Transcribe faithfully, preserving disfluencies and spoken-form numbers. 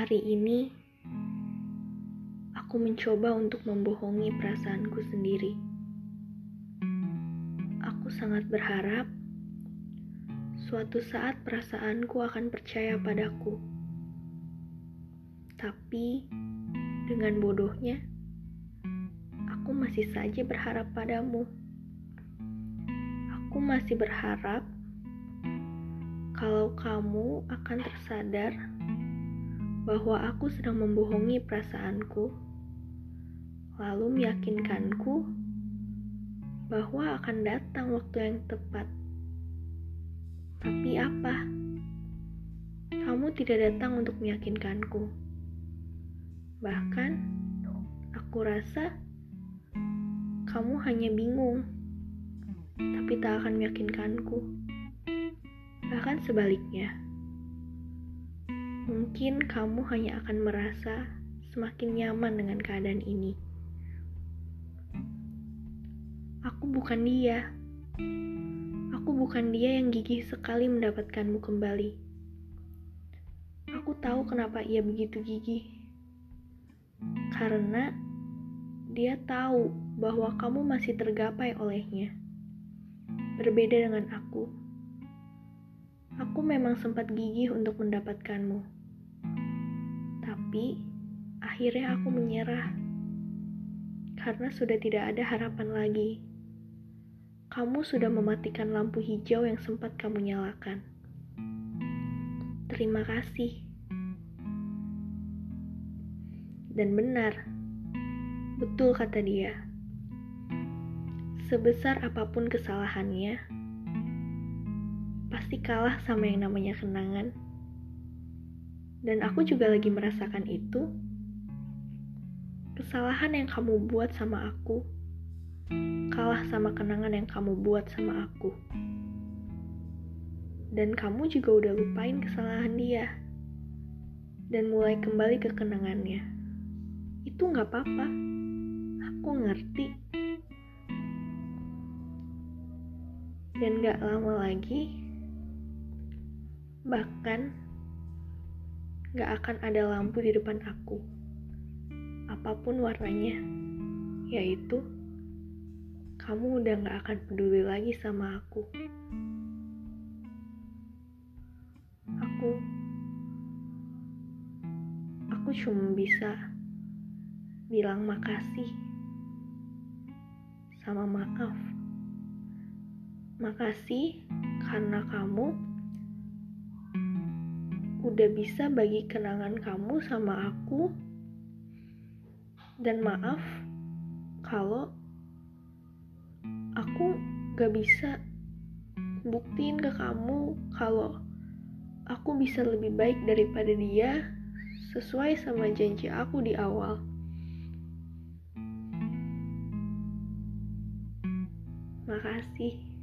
Hari ini, aku mencoba untuk membohongi perasaanku sendiri. Aku sangat berharap suatu saat perasaanku akan percaya padaku. Tapi, dengan bodohnya, aku masih saja berharap padamu. Aku masih berharap kalau kamu akan tersadar bahwa aku sedang membohongi perasaanku, lalu meyakinkanku bahwa akan datang waktu yang tepat. Tapi apa? Kamu tidak datang untuk meyakinkanku. Bahkan, aku rasa kamu hanya bingung, tapi tak akan meyakinkanku. Bahkan sebaliknya, mungkin kamu hanya akan merasa semakin nyaman dengan keadaan ini. Aku bukan dia. Aku bukan dia yang gigih sekali mendapatkanmu kembali. Aku tahu kenapa ia begitu gigih. Karena dia tahu bahwa kamu masih tergapai olehnya. Berbeda dengan aku. Aku memang sempat gigih untuk mendapatkanmu. Tapi, akhirnya aku menyerah. Karena sudah tidak ada harapan lagi. Kamu sudah mematikan lampu hijau yang sempat kamu nyalakan. Terima kasih. Dan benar, betul kata dia. Sebesar apapun kesalahannya, pasti kalah sama yang namanya kenangan. Dan aku juga lagi merasakan itu. Kesalahan yang kamu buat sama aku kalah sama kenangan yang kamu buat sama aku. Dan kamu juga udah lupain kesalahan dia dan mulai kembali ke kenangannya. Itu gak apa-apa. Aku ngerti. Dan gak lama lagi, bahkan gak akan ada lampu di depan aku, apapun warnanya, yaitu kamu udah gak akan peduli lagi sama aku. Aku, aku cuma bisa bilang makasih sama maaf. Makasih karena kamu udah bisa bagi kenangan kamu sama aku. Dan maaf kalau aku gak bisa buktiin ke kamu kalau aku bisa lebih baik daripada dia sesuai sama janji aku di awal. Makasih.